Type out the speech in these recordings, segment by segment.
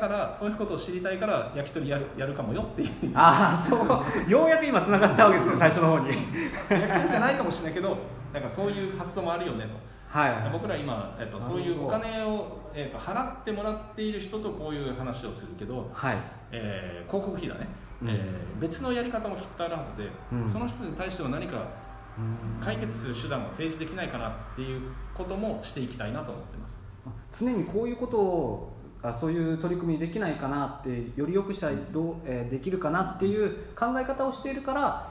からそういうことを知りたいから焼き鳥やるかもよっていう。 ああ、そうようやく今つながったわけですね、最初の方に。 焼き鳥じゃないかもしれないけど、なんかそういう発想もあるよねと。 はいはい、 僕ら今、そういうお金を、払ってもらっている人とこういう話をするけど、 はい、 広告費だね、別のやり方もきっとあるはずで、その人に対しては何か解決する手段を提示できないかなっていうこともしていきたいなと思ってます。 常にこういうことをそういう取り組みできないかなって、より良くしたいできるかなっていう考え方をしているから、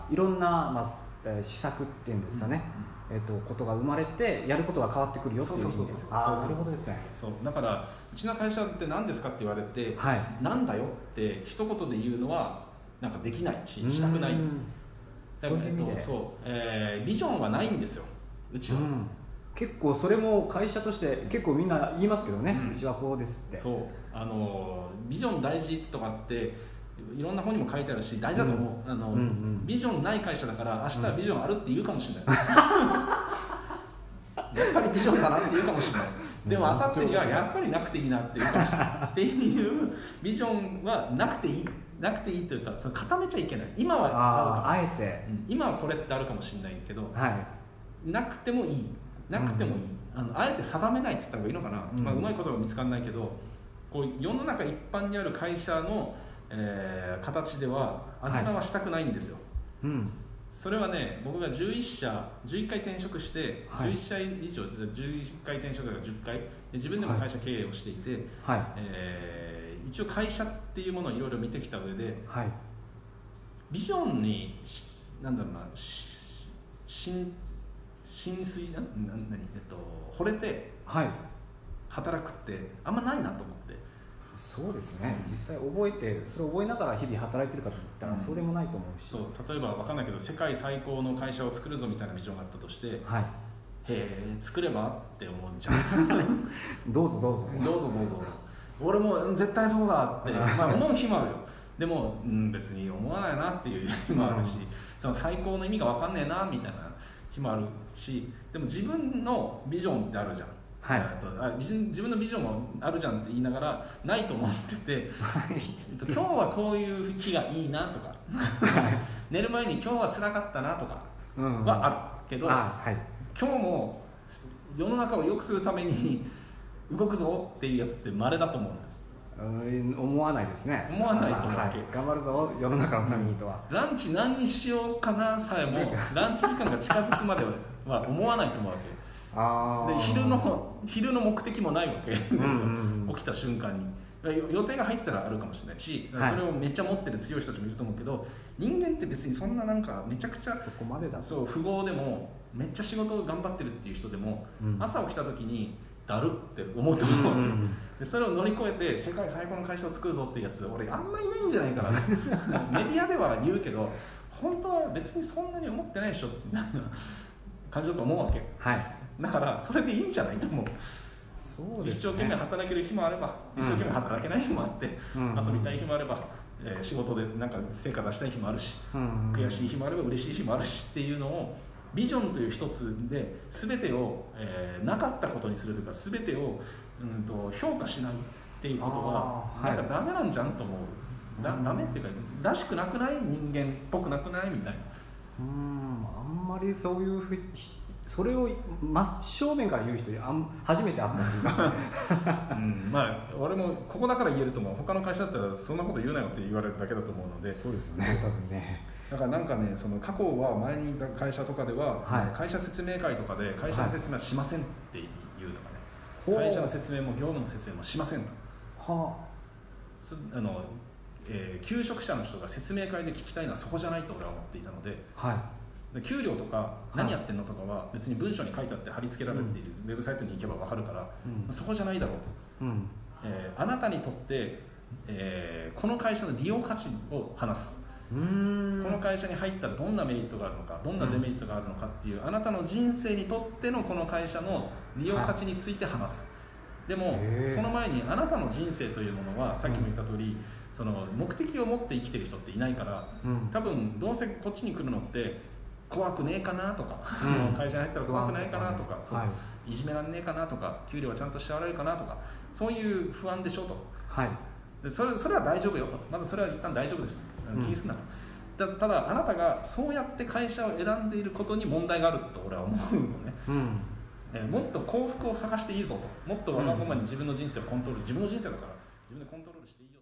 いろんな、施策っていうんですかね、ことが生まれてやることが変わってくるよっていう意味で。なるほどですね。 そうだからうちの会社って何ですかって言われて、 はい、 なんだよって一言で言うのはなんかできないししたくない。 そういう意味で、 ビジョンはないんですよ、うちは。 結構それも会社として結構みんな言いますけどね、うちはこうですって。 そうビジョン大事とかっていろんな本にも書いてあるし大事だと思う。ビジョンない会社だから明日はビジョンあるって言うかもしれない、やっぱりビジョンだなって言うかもしれない。でも明後日にはやっぱりなくていいなって言うかもしれないっていうビジョンはなくていいというか、その固めちゃいけない。今はあえて、 今はこれってあるかもしれないけど、なくてもいい、あえて定めないって言った方がいいのかな。うまいことが見つからないけど、こう世の中一般にある会社の、形では味わはしたくないんですよ。それはね、僕が11回転職して、11社以上、11回転職が10回で自分でも会社経営をしていて、一応会社っていうものをいろいろ見てきた上で、ビジョンになんだろうな、惚れて働くってあんまないなと思って。 そうですね、実際それを覚えながら日々働いてるかといったらそうでもないと思うし、 例えば分かんないけど世界最高の会社を作るぞみたいなビジョンがあったとして、へえ作ればって思うんじゃんどうぞ俺も絶対そうだって、思う日もあるよ。でも、別に思わないなっていう日もあるし、その最高の意味が分かんねえなみたいな日もあるし、でも自分のビジョンってあるじゃん。自分のビジョンもあるじゃんって言いながらないと思ってて、今日はこういう日がいいなとか寝る前に今日は辛かったなとかはあるけど、今日も世の中を良くするために動くぞっていうやつって稀だと思う。 思わないですね。 思わないと思うわけ。 頑張るぞ世の中のためにとは。 ランチ何にしようかなさえもランチ時間が近づくまでは思わないと思うわけ。で昼の目的もないわけですよ、起きた瞬間に。予定が入ってたらあるかもしれないし、それをめっちゃ持ってる強い人たちもいると思うけど、人間って別にそんななんかめちゃくちゃそこまでだそう富豪でもめっちゃ仕事を頑張ってるっていう人でも、朝起きた時にだるって思うと思うわけ、でそれを乗り越えて世界最高の会社を作るぞっていうやつ俺あんまいないんじゃないかなメディアでは言うけど本当は別にそんなに思ってないでしょって感じだと思うわけ、だからそれでいいんじゃないと思う。そうですね、一生懸命働ける日もあれば一生懸命働けない日もあって、遊びたい日もあれば、仕事でなんか成果出したい日もあるし、悔しい日もあれば嬉しい日もあるしっていうのをビジョンという一つで全てを、なかったことにするというか全てを、評価しないっていうことはなんかダメなんじゃんと思う。ダメっていうからしくなくない、人間っぽくなくないみたいな。 あんまりそういうそれを真正面から言う人初めて会ったというか俺もここだから言えると思う。他の会社だったらそんなこと言うなよって言われるだけだと思うので。 そうですよね、多分ね。 だからなんかね、その過去は前にいた会社とかでは、会社説明会とかで会社の説明はしませんって言うとかね、会社の説明も業務の説明もしませんと、求職者の人が説明会で聞きたいのはそこじゃないと俺は思っていたので、給料とか何やってんのとかは別に文章に書いてあって貼り付けられている、ウェブサイトに行けば分かるから、そこじゃないだろうと、あなたにとって、この会社の利用価値を話す、この会社に入ったらどんなメリットがあるのかどんなデメリットがあるのかっていう、あなたの人生にとってのこの会社の利用価値について話す。でもその前にあなたの人生というものはさっきも言った通り、その目的を持って生きてる人っていないから、多分どうせこっちに来るのって怖くねえかなとか、会社に入ったら怖くないかなとか、いじめらんねえかなとか、給料はちゃんと支払われるかなとか、そういう不安でしょと。 でそれは大丈夫よと、まずそれは一旦大丈夫です、気にすんなと。ただあなたがそうやって会社を選んでいることに問題があると俺は思うのね、もっと幸福を探していいぞと、もっとわがままに自分の人生をコントロール、自分の人生だから自分でコントロールしていい